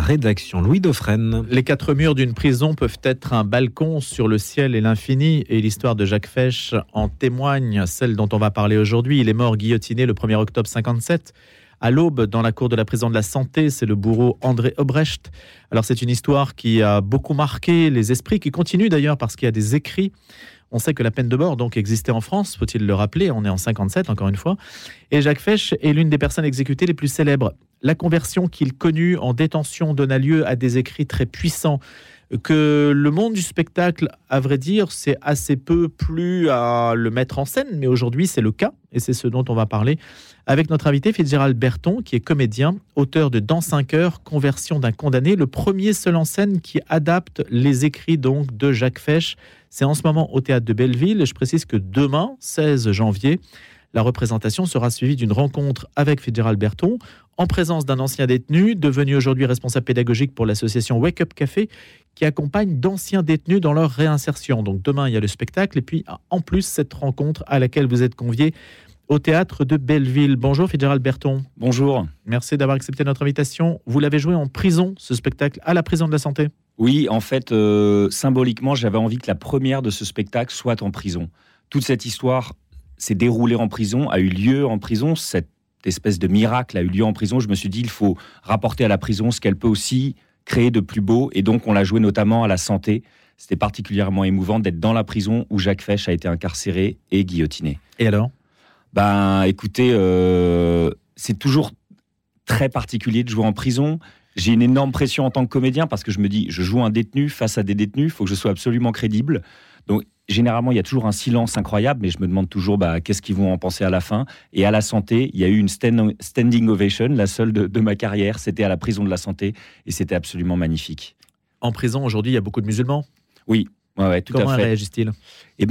rédaction. Louis Dauphren. Les quatre murs d'une prison peuvent être un balcon sur le ciel et l'infini, et l'histoire de Jacques Fesch en témoigne, celle dont on va parler aujourd'hui. Il est mort guillotiné le 1er octobre 57. À l'aube, dans la cour de la prison de la Santé, c'est le bourreau André Obrecht. Alors c'est une histoire qui a beaucoup marqué les esprits, qui continue d'ailleurs parce qu'il y a des écrits. On sait que la peine de mort donc existait en France, faut-il le rappeler, on est en 57 encore une fois. Et Jacques Fesch est l'une des personnes exécutées les plus célèbres. La conversion qu'il connut en détention donna lieu à des écrits très puissants que le monde du spectacle, à vrai dire, c'est assez peu plus à le mettre en scène, mais aujourd'hui c'est le cas, et c'est ce dont on va parler avec notre invité Fitzgerald Berton, qui est comédien, auteur de Dans 5 heures, Conversion d'un condamné, le premier seul en scène qui adapte les écrits donc de Jacques Fesch. C'est en ce moment au Théâtre de Belleville, et je précise que demain, 16 janvier, la représentation sera suivie d'une rencontre avec Fitzgerald Berton, en présence d'un ancien détenu, devenu aujourd'hui responsable pédagogique pour l'association Wake Up Café, qui accompagne d'anciens détenus dans leur réinsertion. Donc demain, il y a le spectacle, et puis en plus, cette rencontre à laquelle vous êtes convié au Théâtre de Belleville. Bonjour Fitzgerald Berton. Bonjour. Merci d'avoir accepté notre invitation. Vous l'avez joué en prison, ce spectacle, à la prison de la Santé ? Oui, en fait, symboliquement, j'avais envie que la première de ce spectacle soit en prison. Toute cette histoire s'est déroulée en prison, a eu lieu en prison, cette espèce de miracle a eu lieu en prison. Je me suis dit, il faut rapporter à la prison ce qu'elle peut aussi créer de plus beau, et donc on l'a joué notamment à la Santé. C'était particulièrement émouvant d'être dans la prison où Jacques Fesch a été incarcéré et guillotiné. Et alors ? Écoutez, c'est toujours très particulier de jouer en prison. J'ai une énorme pression en tant que comédien parce que je me dis, je joue un détenu face à des détenus, il faut que je sois absolument crédible. Donc, généralement, il y a toujours un silence incroyable, mais je me demande toujours qu'est-ce qu'ils vont en penser à la fin. Et à la Santé, il y a eu une standing ovation, la seule de ma carrière. C'était à la prison de la Santé et c'était absolument magnifique. En prison, aujourd'hui, il y a beaucoup de musulmans ? Oui. Ouais, tout Comment à fait. réagissent-ils ? Il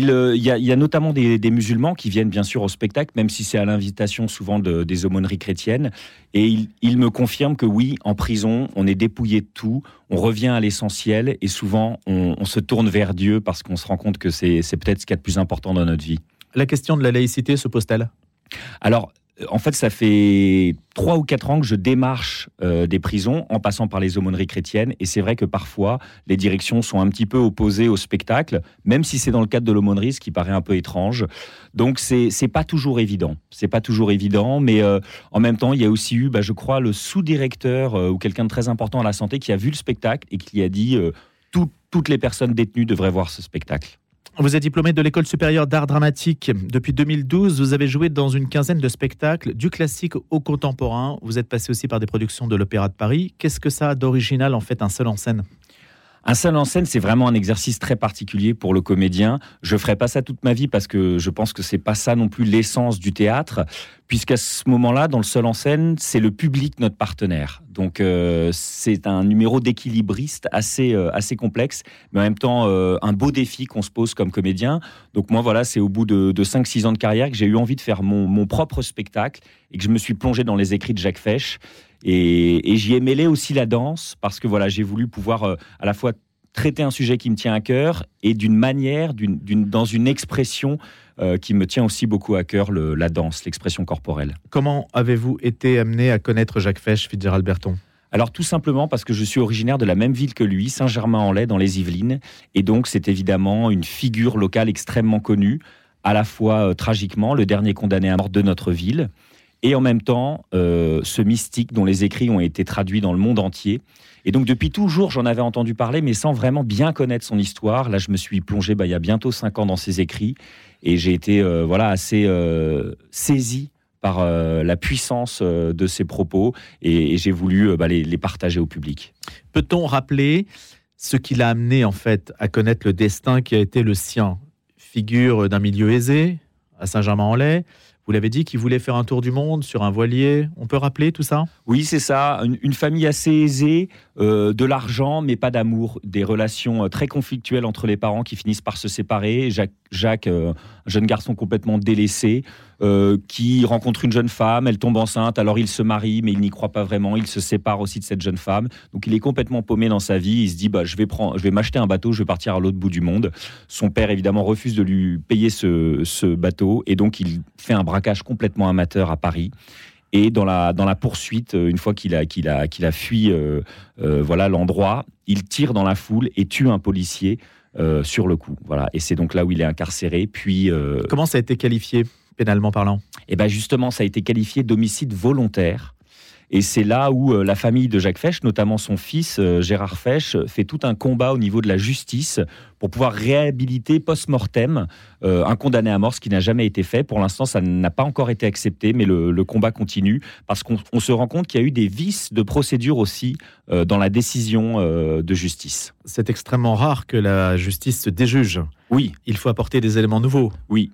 y a notamment des musulmans qui viennent bien sûr au spectacle, même si c'est à l'invitation souvent des aumôneries chrétiennes. Et ils me confirment que oui, en prison, on est dépouillé de tout, on revient à l'essentiel et souvent on se tourne vers Dieu parce qu'on se rend compte que c'est peut-être ce qu'il y a de plus important dans notre vie. La question de la laïcité se pose-t-elle ? Alors, en fait, ça fait 3 ou 4 ans que je démarche des prisons en passant par les aumôneries chrétiennes. Et c'est vrai que parfois, les directions sont un petit peu opposées au spectacle, même si c'est dans le cadre de l'aumônerie, ce qui paraît un peu étrange. Donc, c'est pas toujours évident. C'est pas toujours évident, mais en même temps, il y a aussi eu, je crois, le sous-directeur ou quelqu'un de très important à la Santé qui a vu le spectacle et qui a dit toutes les personnes détenues devraient voir ce spectacle. Vous êtes diplômé de l'École supérieure d'art dramatique. Depuis 2012, vous avez joué dans une quinzaine de spectacles, du classique au contemporain. Vous êtes passé aussi par des productions de l'Opéra de Paris. Qu'est-ce que ça a d'original, en fait, un seul en scène ? Un seul en scène, c'est vraiment un exercice très particulier pour le comédien. Je ferai pas ça toute ma vie parce que je pense que c'est pas ça non plus l'essence du théâtre, puisqu'à ce moment-là, dans le seul en scène, c'est le public notre partenaire. Donc c'est un numéro d'équilibriste assez complexe, mais en même temps un beau défi qu'on se pose comme comédien. Donc moi voilà, c'est au bout de 5-6 ans de carrière que j'ai eu envie de faire mon propre spectacle et que je me suis plongé dans les écrits de Jacques Fesch. Et j'y ai mêlé aussi la danse parce que voilà, j'ai voulu pouvoir à la fois traiter un sujet qui me tient à cœur et d'une manière, dans une expression qui me tient aussi beaucoup à cœur, la danse, l'expression corporelle. Comment avez-vous été amené à connaître Jacques Fesch, Fitzgerald Berton ? Alors tout simplement parce que je suis originaire de la même ville que lui, Saint-Germain-en-Laye dans les Yvelines, et donc c'est évidemment une figure locale extrêmement connue, à la fois tragiquement, le dernier condamné à mort de notre ville, et en même temps, ce mystique dont les écrits ont été traduits dans le monde entier. Et donc, depuis toujours, j'en avais entendu parler, mais sans vraiment bien connaître son histoire. Là, je me suis plongé il y a bientôt 5 ans dans ses écrits. Et j'ai été assez saisi par la puissance de ses propos. Et j'ai voulu les partager au public. Peut-on rappeler ce qui l'a amené, en fait, à connaître le destin qui a été le sien ? Figure d'un milieu aisé, à Saint-Germain-en-Laye. Vous l'avez dit, qu'il voulait faire un tour du monde sur un voilier. On peut rappeler tout ça ? Oui, c'est ça. Une famille assez aisée, de l'argent, mais pas d'amour. Des relations très conflictuelles entre les parents qui finissent par se séparer. Jacques, un jeune garçon complètement délaissé, qui rencontre une jeune femme, elle tombe enceinte, alors il se marie, mais il n'y croit pas vraiment. Il se sépare aussi de cette jeune femme. Donc il est complètement paumé dans sa vie. Il se dit, je vais m'acheter un bateau, je vais partir à l'autre bout du monde. Son père, évidemment, refuse de lui payer ce bateau. Et donc il fait un braquage complètement amateur à Paris. Et dans la poursuite, une fois qu'il a fui l'endroit, il tire dans la foule et tue un policier sur le coup. Voilà. Et c'est donc là où il est incarcéré. Puis, comment ça a été qualifié pénalement parlant ? Et ben justement, ça a été qualifié d'homicide volontaire. Et c'est là où la famille de Jacques Fesch, notamment son fils Gérard Fesch, fait tout un combat au niveau de la justice pour pouvoir réhabiliter post-mortem un condamné à mort, ce qui n'a jamais été fait. Pour l'instant, ça n'a pas encore été accepté, mais le combat continue, parce qu'on se rend compte qu'il y a eu des vices de procédure aussi dans la décision de justice. C'est extrêmement rare que la justice se déjuge. Oui. Il faut apporter des éléments nouveaux. Oui.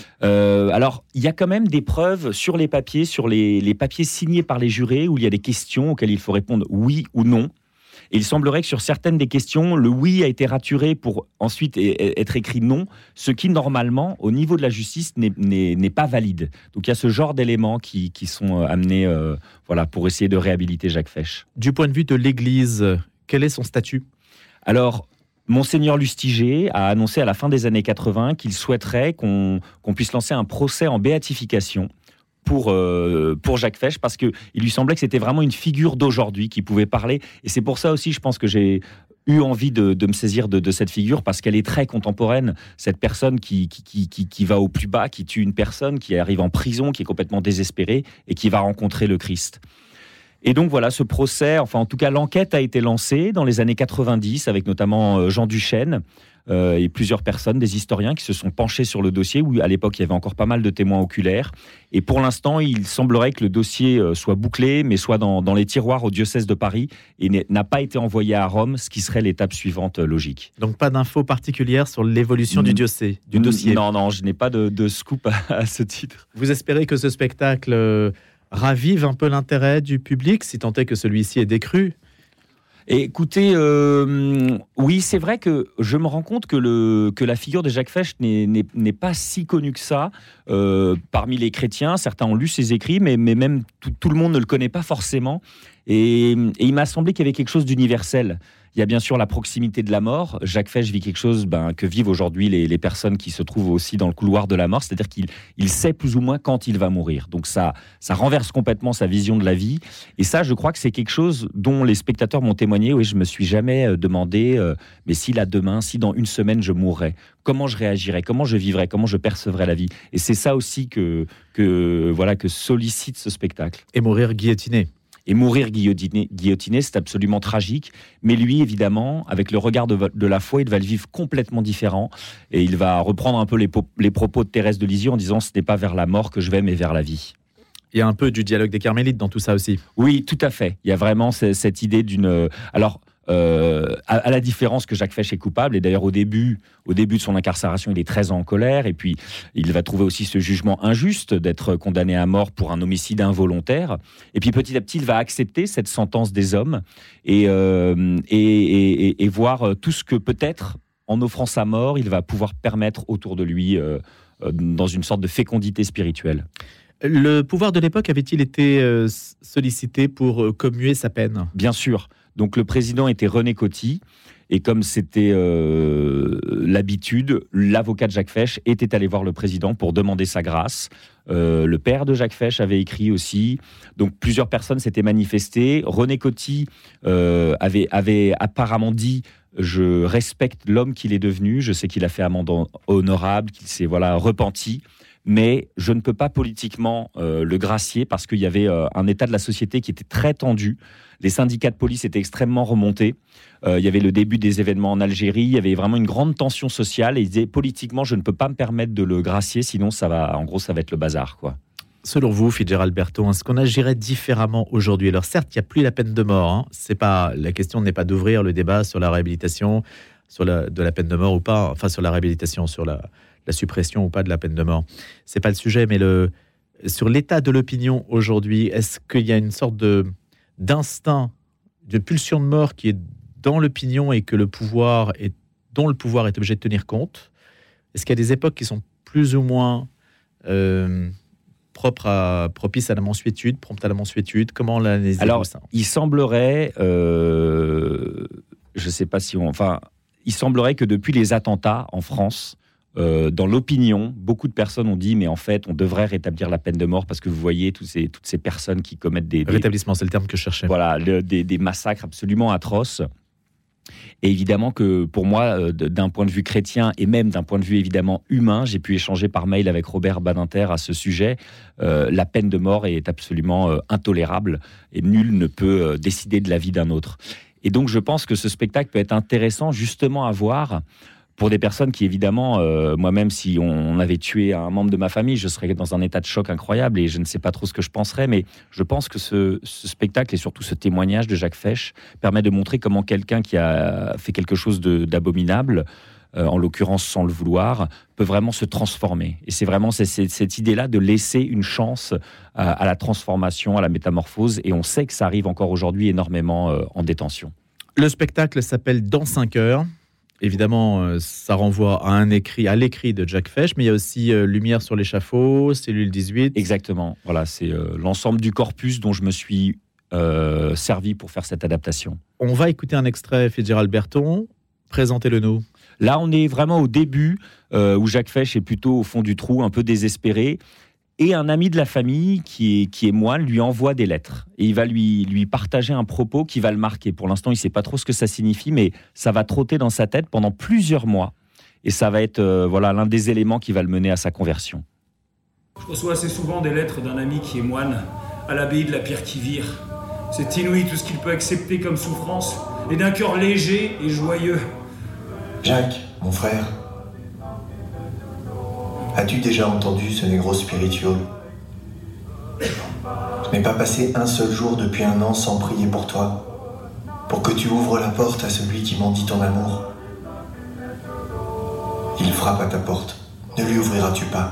Alors, il y a quand même des preuves sur les papiers, les papiers signés par les jurés, où il y a des questions auxquelles il faut répondre oui ou non. Et il semblerait que sur certaines des questions, le oui a été raturé pour ensuite être écrit non, ce qui, normalement, au niveau de la justice, n'est pas valide. Donc, il y a ce genre d'éléments qui sont amenés pour essayer de réhabiliter Jacques Fesch. Du point de vue de l'Église, quel est son statut ? Alors, Monseigneur Lustiger a annoncé à la fin des années 80 qu'il souhaiterait qu'on puisse lancer un procès en béatification pour Jacques Fesch, parce qu'il lui semblait que c'était vraiment une figure d'aujourd'hui qui pouvait parler. Et c'est pour ça aussi, je pense que j'ai eu envie de me saisir de cette figure, parce qu'elle est très contemporaine. Cette personne qui va au plus bas, qui tue une personne, qui arrive en prison, qui est complètement désespérée et qui va rencontrer le Christ. Et donc voilà, ce procès, enfin en tout cas l'enquête a été lancée dans les années 90 avec notamment Jean Duchesne et plusieurs personnes, des historiens qui se sont penchés sur le dossier, où à l'époque il y avait encore pas mal de témoins oculaires. Et pour l'instant, il semblerait que le dossier soit bouclé, mais soit dans les tiroirs au diocèse de Paris et n'a pas été envoyé à Rome, ce qui serait l'étape suivante logique. Donc pas d'infos particulières sur l'évolution du dossier. Non, je n'ai pas de scoop à ce titre. Vous espérez que ce spectacle ravive un peu l'intérêt du public, si tant est que celui-ci est décru? Et écoutez, oui, c'est vrai que je me rends compte que la figure de Jacques Fesch n'est pas si connue que ça. Parmi les chrétiens, certains ont lu ses écrits, mais même tout le monde ne le connaît pas forcément. Et il m'a semblé qu'il y avait quelque chose d'universel. Il y a bien sûr la proximité de la mort. Jacques Fesch vit quelque chose que vivent aujourd'hui les personnes qui se trouvent aussi dans le couloir de la mort, c'est-à-dire qu'il sait plus ou moins quand il va mourir. Donc ça renverse complètement sa vision de la vie. Et ça, je crois que c'est quelque chose dont les spectateurs m'ont témoigné. Oui, je me suis jamais demandé, mais si demain, si dans une semaine je mourrais, comment je réagirais, comment je vivrais, comment je percevrais la vie. Et c'est ça aussi que sollicite ce spectacle. Et mourir guillotiné. Et mourir guillotiné, c'est absolument tragique. Mais lui, évidemment, avec le regard de la foi, il va le vivre complètement différent. Et il va reprendre un peu les propos de Thérèse de Lisieux en disant « ce n'est pas vers la mort que je vais, mais vers la vie ». Il y a un peu du dialogue des Carmélites dans tout ça aussi. Oui, tout à fait. Il y a vraiment cette idée d'une... Alors, à la différence que Jacques Fesch est coupable, et d'ailleurs au début de son incarcération, il est très en colère, et puis il va trouver aussi ce jugement injuste d'être condamné à mort pour un homicide involontaire, et puis petit à petit il va accepter cette sentence des hommes et voir tout ce que peut-être, en offrant sa mort, il va pouvoir permettre autour de lui dans une sorte de fécondité spirituelle. Le pouvoir de l'époque avait-il été sollicité pour commuer sa peine ? Bien sûr. Donc le président était René Coty, et comme c'était l'habitude, l'avocat de Jacques Fesch était allé voir le président pour demander sa grâce. Le père de Jacques Fesch avait écrit aussi. Donc plusieurs personnes s'étaient manifestées. René Coty avait apparemment dit « Je respecte l'homme qu'il est devenu, je sais qu'il a fait amende honorable, qu'il s'est repenti ». Mais je ne peux pas politiquement le gracier parce qu'il y avait un état de la société qui était très tendu. Les syndicats de police étaient extrêmement remontés. Il y avait le début des événements en Algérie. Il y avait vraiment une grande tension sociale. Et il disait, politiquement, je ne peux pas me permettre de le gracier, sinon ça va être le bazar, quoi. Selon vous, Fitzgerald Berthaud, est-ce qu'on agirait différemment aujourd'hui ? Alors certes, il n'y a plus la peine de mort. La question n'est pas d'ouvrir le débat sur la réhabilitation, de la peine de mort ou pas, enfin sur la réhabilitation, sur la suppression ou pas de la peine de mort. C'est pas le sujet, mais sur l'état de l'opinion aujourd'hui, est-ce qu'il y a une sorte d'instinct, de pulsion de mort qui est dans l'opinion et dont le pouvoir est obligé de tenir compte ? Est-ce qu'il y a des époques qui sont plus ou moins propices à la mansuétude, promptes à la mansuétude ? Comment l'analyser ? Alors, il semblerait, je sais pas si il semblerait que depuis les attentats en France, dans l'opinion, beaucoup de personnes ont dit mais en fait on devrait rétablir la peine de mort parce que vous voyez toutes ces personnes qui commettent des rétablissement, c'est le terme que je cherchais. Voilà, des massacres absolument atroces. Et évidemment que pour moi, d'un point de vue chrétien et même d'un point de vue évidemment humain, j'ai pu échanger par mail avec Robert Badinter à ce sujet. La peine de mort est absolument intolérable et nul ne peut décider de la vie d'un autre. Et donc je pense que ce spectacle peut être intéressant justement à voir pour des personnes qui, évidemment, moi-même, si on avait tué un membre de ma famille, je serais dans un état de choc incroyable et je ne sais pas trop ce que je penserais, mais je pense que ce spectacle et surtout ce témoignage de Jacques Fesch permet de montrer comment quelqu'un qui a fait quelque chose d'abominable, en l'occurrence sans le vouloir, peut vraiment se transformer. Et c'est vraiment cette idée-là de laisser une chance à la transformation, à la métamorphose, et on sait que ça arrive encore aujourd'hui énormément en détention. Le spectacle s'appelle Dans 5 heures. Évidemment, ça renvoie à l'écrit de Jacques Fesch, mais il y a aussi Lumière sur l'échafaud, Cellule 18. Exactement. Voilà, c'est l'ensemble du corpus dont je me suis servi pour faire cette adaptation. On va écouter un extrait, Fitzgerald Berton. Présentez-le nous. Là, on est vraiment au début, où Jacques Fesch est plutôt au fond du trou, un peu désespéré. Et un ami de la famille, qui est moine, lui envoie des lettres. Et il va lui partager un propos qui va le marquer. Pour l'instant, il ne sait pas trop ce que ça signifie, mais ça va trotter dans sa tête pendant plusieurs mois. Et ça va être l'un des éléments qui va le mener à sa conversion. Je reçois assez souvent des lettres d'un ami qui est moine, à l'abbaye de la Pierre-qui-Vire. C'est inouï tout ce qu'il peut accepter comme souffrance, et d'un cœur léger et joyeux. Jacques, mon frère, as-tu déjà entendu ce négro spirituel ? Je n'ai pas passé un seul jour depuis 1 an sans prier pour toi, pour que tu ouvres la porte à celui qui m'en dit ton amour. Il frappe à ta porte, ne lui ouvriras-tu pas ?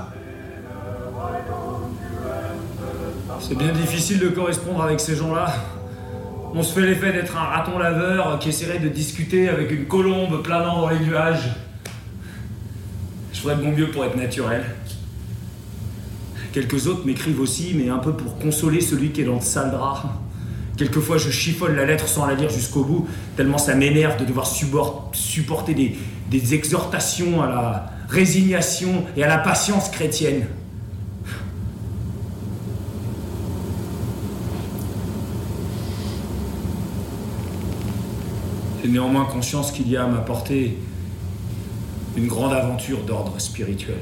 C'est bien difficile de correspondre avec ces gens-là. On se fait l'effet d'être un raton laveur qui essaierait de discuter avec une colombe planant dans les nuages. Je ferais de mon mieux pour être naturel. Quelques autres m'écrivent aussi, mais un peu pour consoler celui qui est dans le sale drap. Quelquefois, je chiffonne la lettre sans la lire jusqu'au bout, tellement ça m'énerve de devoir supporter des exhortations à la résignation et à la patience chrétienne. J'ai néanmoins conscience qu'il y a à ma portée une grande aventure d'ordre spirituel.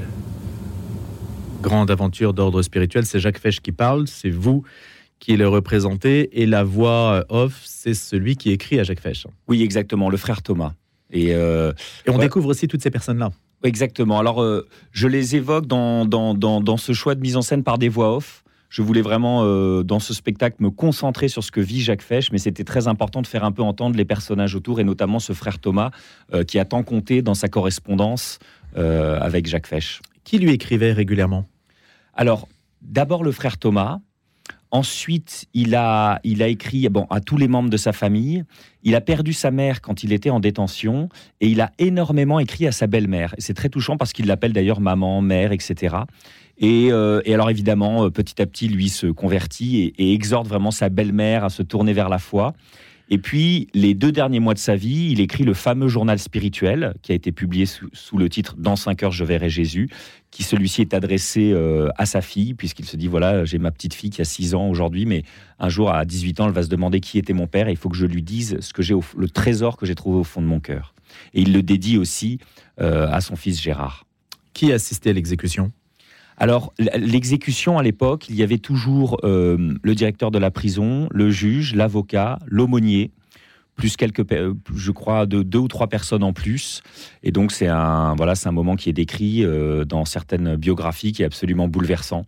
Grande aventure d'ordre spirituel, c'est Jacques Fesch qui parle, c'est vous qui le représentez, et la voix off, c'est celui qui écrit à Jacques Fesch. Oui, exactement, le frère Thomas. Et on découvre aussi toutes ces personnes-là. Exactement. Alors, je les évoque dans ce choix de mise en scène par des voix off. Je voulais vraiment, dans ce spectacle, me concentrer sur ce que vit Jacques Fesch, mais c'était très important de faire un peu entendre les personnages autour, et notamment ce frère Thomas, qui a tant compté dans sa correspondance avec Jacques Fesch. Qui lui écrivait régulièrement ? Alors, d'abord le frère Thomas. Ensuite, il a écrit à tous les membres de sa famille. Il a perdu sa mère quand il était en détention, et il a énormément écrit à sa belle-mère. Et c'est très touchant parce qu'il l'appelle d'ailleurs maman, mère, etc. Et alors évidemment, petit à petit, lui se convertit et exhorte vraiment sa belle-mère à se tourner vers la foi. Et puis, les 2 derniers mois de sa vie, il écrit le fameux journal spirituel qui a été publié sous le titre « Dans 5 heures, je verrai Jésus », qui celui-ci est adressé à sa fille, puisqu'il se dit, voilà, j'ai ma petite fille qui a 6 ans aujourd'hui, mais un jour, à 18 ans, elle va se demander qui était mon père, et il faut que je lui dise le trésor que j'ai trouvé au fond de mon cœur. Et il le dédie aussi à son fils Gérard. Qui assistait à l'exécution ? Alors, l'exécution, à l'époque, il y avait toujours le directeur de la prison, le juge, l'avocat, l'aumônier, plus quelques, je crois, 2 ou 3 personnes en plus. Et donc, c'est un moment qui est décrit dans certaines biographies, qui est absolument bouleversant.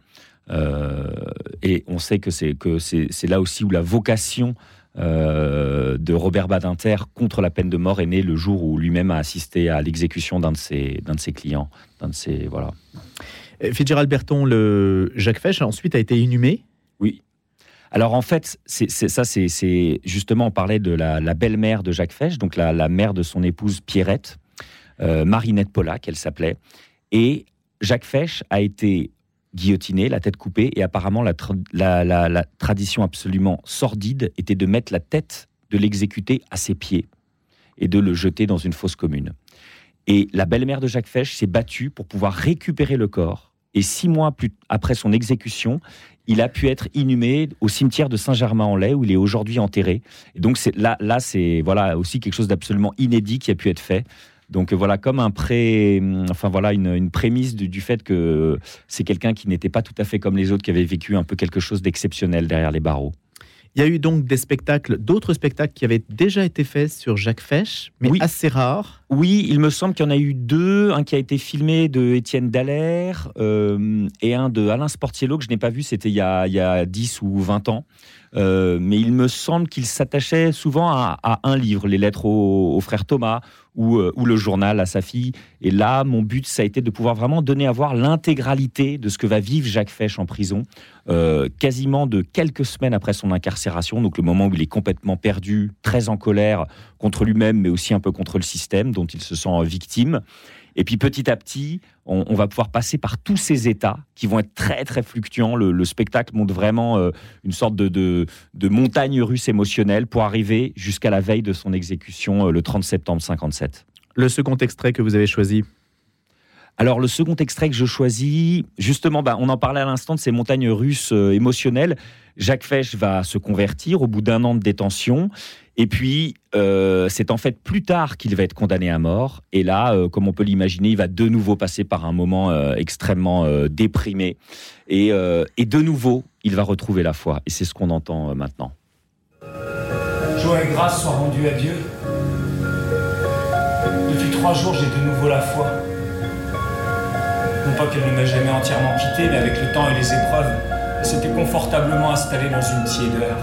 Et on sait que c'est là aussi où la vocation de Robert Badinter contre la peine de mort est née le jour où lui-même a assisté à l'exécution d'un de ses clients, voilà. Fitzgerald Berton, le Jacques Fesch, ensuite a été inhumé. Oui. Alors en fait, c'est justement, on parlait de la belle-mère de Jacques Fesch, donc la mère de son épouse Pierrette, Marinette Pollack, elle s'appelait. Et Jacques Fesch a été guillotiné, la tête coupée, et apparemment la tradition absolument sordide était de mettre la tête de l'exécuté à ses pieds et de le jeter dans une fosse commune. Et la belle-mère de Jacques Fesch s'est battue pour pouvoir récupérer le corps. Et 6 mois après son exécution, il a pu être inhumé au cimetière de Saint-Germain-en-Laye, où il est aujourd'hui enterré. Et donc c'est aussi quelque chose d'absolument inédit qui a pu être fait. Donc voilà, comme une prémisse du fait que c'est quelqu'un qui n'était pas tout à fait comme les autres, qui avait vécu un peu quelque chose d'exceptionnel derrière les barreaux. Il y a eu donc d'autres spectacles qui avaient déjà été faits sur Jacques Fesch, mais assez rares. Oui, il me semble qu'il y en a eu 2. Un qui a été filmé de Étienne Dallaire et un de Alain Sportiello que je n'ai pas vu, c'était il y a 10 ou 20 ans. Mais il me semble qu'il s'attachait souvent à un livre, les lettres au frère Thomas ou le journal à sa fille. Et là, mon but, ça a été de pouvoir vraiment donner à voir l'intégralité de ce que va vivre Jacques Fesch en prison, quasiment de quelques semaines après son incarcération, donc le moment où il est complètement perdu, très en colère contre lui-même, mais aussi un peu contre le système dont il se sent victime. Et puis petit à petit, on va pouvoir passer par tous ces états qui vont être très très fluctuants. Le spectacle montre vraiment une sorte de montagne russe émotionnelle pour arriver jusqu'à la veille de son exécution le 30 septembre 57. Le second extrait que vous avez choisi ? Alors le second extrait que je choisis, justement, on en parlait à l'instant de ces montagnes russes émotionnelles. Jacques Fesch va se convertir au bout d'1 an de détention. Et puis, c'est en fait plus tard qu'il va être condamné à mort. Et là, comme on peut l'imaginer, il va de nouveau passer par un moment extrêmement déprimé. Et de nouveau, il va retrouver la foi. Et c'est ce qu'on entend maintenant. Joie et grâce soient rendues à Dieu. Depuis 3 jours, j'ai de nouveau la foi. Non pas qu'elle ne m'a jamais entièrement quitté, mais avec le temps et les épreuves, elle s'était confortablement installée dans une tiédeur.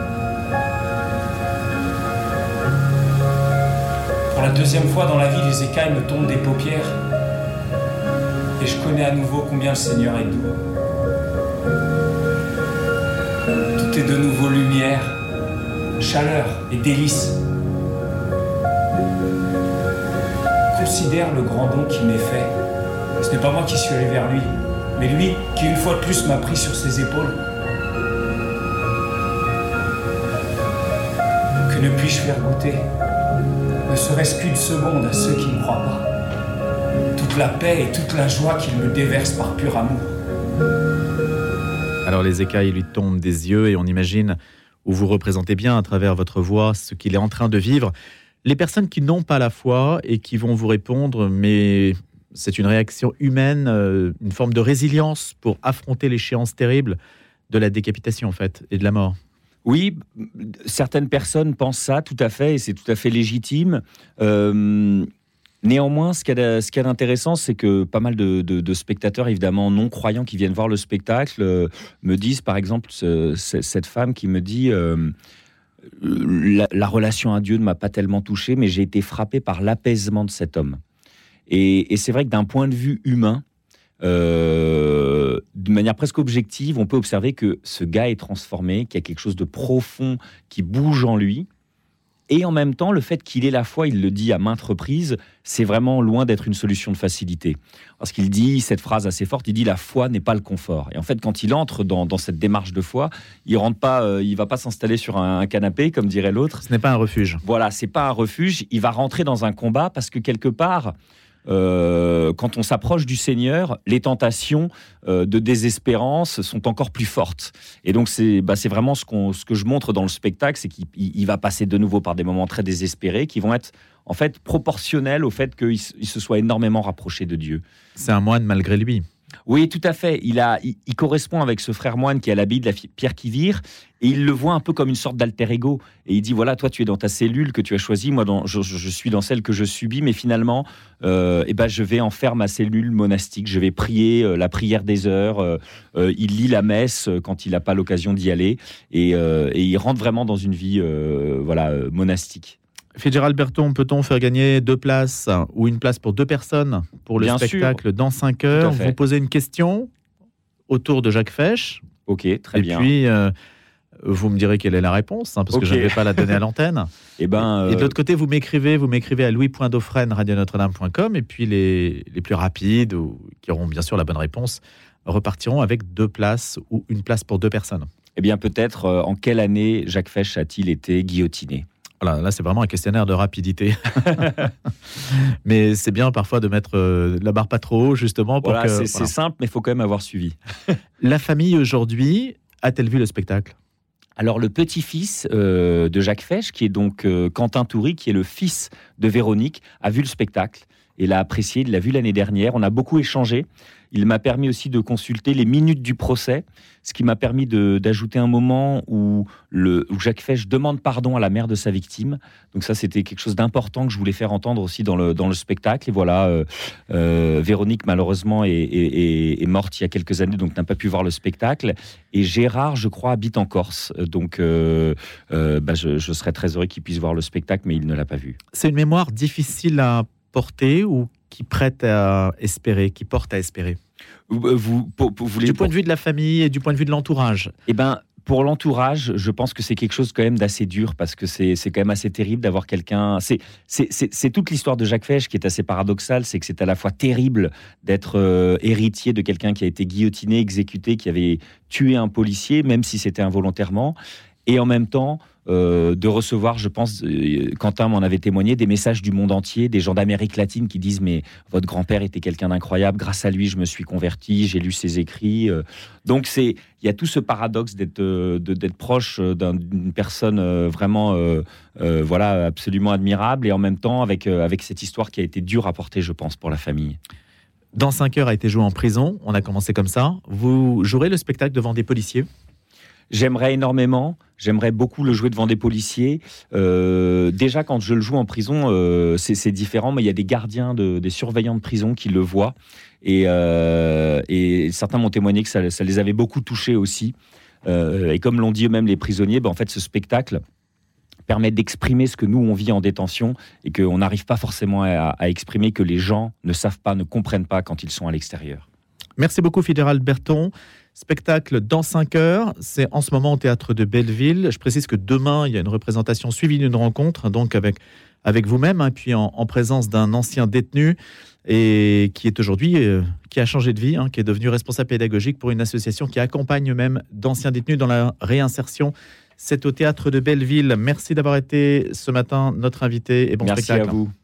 Pour la 2e fois dans la vie, les écailles me tombent des paupières. Et je connais à nouveau combien le Seigneur est doux. Tout est de nouveau lumière, chaleur et délice. Considère le grand don qui m'est fait. Ce n'est pas moi qui suis allé vers lui, mais lui qui une fois de plus m'a pris sur ses épaules. Que ne puis-je faire goûter, ne serait-ce qu'une seconde à ceux qui ne croient pas, toute la paix et toute la joie qu'il me déverse par pur amour. Alors les écailles lui tombent des yeux et on imagine, où vous représentez bien à travers votre voix ce qu'il est en train de vivre. Les personnes qui n'ont pas la foi et qui vont vous répondre, mais c'est une réaction humaine, une forme de résilience pour affronter l'échéance terrible de la décapitation en fait et de la mort. Oui, certaines personnes pensent ça, tout à fait, et c'est tout à fait légitime. Néanmoins, ce qu'il y a d'intéressant, c'est que pas mal de spectateurs, évidemment non-croyants, qui viennent voir le spectacle, me disent, par exemple, cette femme qui me dit la relation à Dieu ne m'a pas tellement touché, mais j'ai été frappé par l'apaisement de cet homme. Et c'est vrai que d'un point de vue humain, de manière presque objective, on peut observer que ce gars est transformé, qu'il y a quelque chose de profond qui bouge en lui. Et en même temps, le fait qu'il ait la foi, il le dit à maintes reprises, c'est vraiment loin d'être une solution de facilité. Parce qu'il dit cette phrase assez forte, il dit « la foi n'est pas le confort ». Et en fait, quand il entre dans cette démarche de foi, il va pas s'installer sur un canapé, comme dirait l'autre. Ce n'est pas un refuge. Voilà, c'est pas un refuge. Il va rentrer dans un combat parce que quelque part, quand on s'approche du Seigneur, les tentations de désespérance sont encore plus fortes. Et donc c'est vraiment ce que je montre dans le spectacle, c'est qu'il va passer de nouveau par des moments très désespérés qui vont être en fait proportionnels au fait qu'il se soit énormément rapproché de Dieu. C'est un moine malgré lui. Oui, tout à fait. Il correspond avec ce frère moine qui a l'habit de la Pierre qui vire, et il le voit un peu comme une sorte d'alter ego. Et il dit, voilà, toi tu es dans ta cellule que tu as choisie, moi je suis dans celle que je subis, mais finalement, je vais en faire ma cellule monastique. Je vais prier la prière des heures. Il lit la messe quand il n'a pas l'occasion d'y aller, et il rentre vraiment dans une vie monastique. Fitzgerald Berton, peut-on faire gagner 2 places ou une place pour 2 personnes pour le spectacle dans 5 heures ? Vous posez une question autour de Jacques Fesch. Ok, très bien. Et puis, vous me direz quelle est la réponse, parce que je ne vais pas la donner à l'antenne. Et de l'autre côté, vous m'écrivez à louis.dauphren@radionotre-dame.com, et puis les plus rapides, ou qui auront bien sûr la bonne réponse, repartiront avec 2 places ou une place pour 2 personnes. Eh bien, peut-être, en quelle année Jacques Fesch a-t-il été guillotiné ? Voilà, là, c'est vraiment un questionnaire de rapidité. Mais c'est bien parfois de mettre la barre pas trop haut, justement. Pour c'est simple, mais il faut quand même avoir suivi. La famille, aujourd'hui, a-t-elle vu le spectacle ? Alors, le petit-fils de Jacques Fesch, qui est donc Quentin Toury, qui est le fils de Véronique, a vu le spectacle et l'a apprécié. Il l'a vu l'année dernière. On a beaucoup échangé. Il m'a permis aussi de consulter les minutes du procès, ce qui m'a permis d'ajouter un moment où Jacques Fesch demande pardon à la mère de sa victime. Donc ça, c'était quelque chose d'important que je voulais faire entendre aussi dans le spectacle. Et voilà, Véronique, malheureusement, est morte il y a quelques années, donc n'a pas pu voir le spectacle. Et Gérard, je crois, habite en Corse. Donc je serais très heureux qu'il puisse voir le spectacle, mais il ne l'a pas vu. C'est une mémoire difficile à porter ou qui prête à espérer, qui porte à espérer. Du point de vue de la famille et du point de vue de l'entourage. Eh ben, pour l'entourage, je pense que c'est quelque chose quand même d'assez dur parce que c'est quand même assez terrible d'avoir quelqu'un. C'est toute l'histoire de Jacques Fesch qui est assez paradoxale, c'est que c'est à la fois terrible d'être héritier de quelqu'un qui a été guillotiné, exécuté, qui avait tué un policier, même si c'était involontairement, et en même temps de recevoir, je pense, Quentin m'en avait témoigné, des messages du monde entier, des gens d'Amérique latine qui disent « mais votre grand-père était quelqu'un d'incroyable, grâce à lui je me suis converti, j'ai lu ses écrits ». Donc il y a tout ce paradoxe d'être proche d'une personne vraiment absolument admirable et en même temps avec cette histoire qui a été dure à porter, je pense, pour la famille. Dans 5 heures a été joué en prison, on a commencé comme ça. Vous jouerez le spectacle devant des policiers ? J'aimerais énormément, j'aimerais beaucoup le jouer devant des policiers. Déjà, quand je le joue en prison, c'est différent, mais il y a des gardiens, des surveillants de prison qui le voient. Et certains m'ont témoigné que ça les avait beaucoup touchés aussi. Et comme l'ont dit eux-mêmes les prisonniers, en fait, ce spectacle permet d'exprimer ce que nous, on vit en détention et qu'on n'arrive pas forcément à exprimer, que les gens ne savent pas, ne comprennent pas quand ils sont à l'extérieur. Merci beaucoup, Fédéral Berton. Spectacle dans 5 heures, c'est en ce moment au Théâtre de Belleville. Je précise que demain, il y a une représentation suivie d'une rencontre, donc avec vous-même, hein, puis en présence d'un ancien détenu et qui est aujourd'hui, qui a changé de vie, hein, qui est devenu responsable pédagogique pour une association qui accompagne même d'anciens détenus dans la réinsertion. C'est au Théâtre de Belleville. Merci d'avoir été ce matin notre invité et bon spectacle. Merci à vous.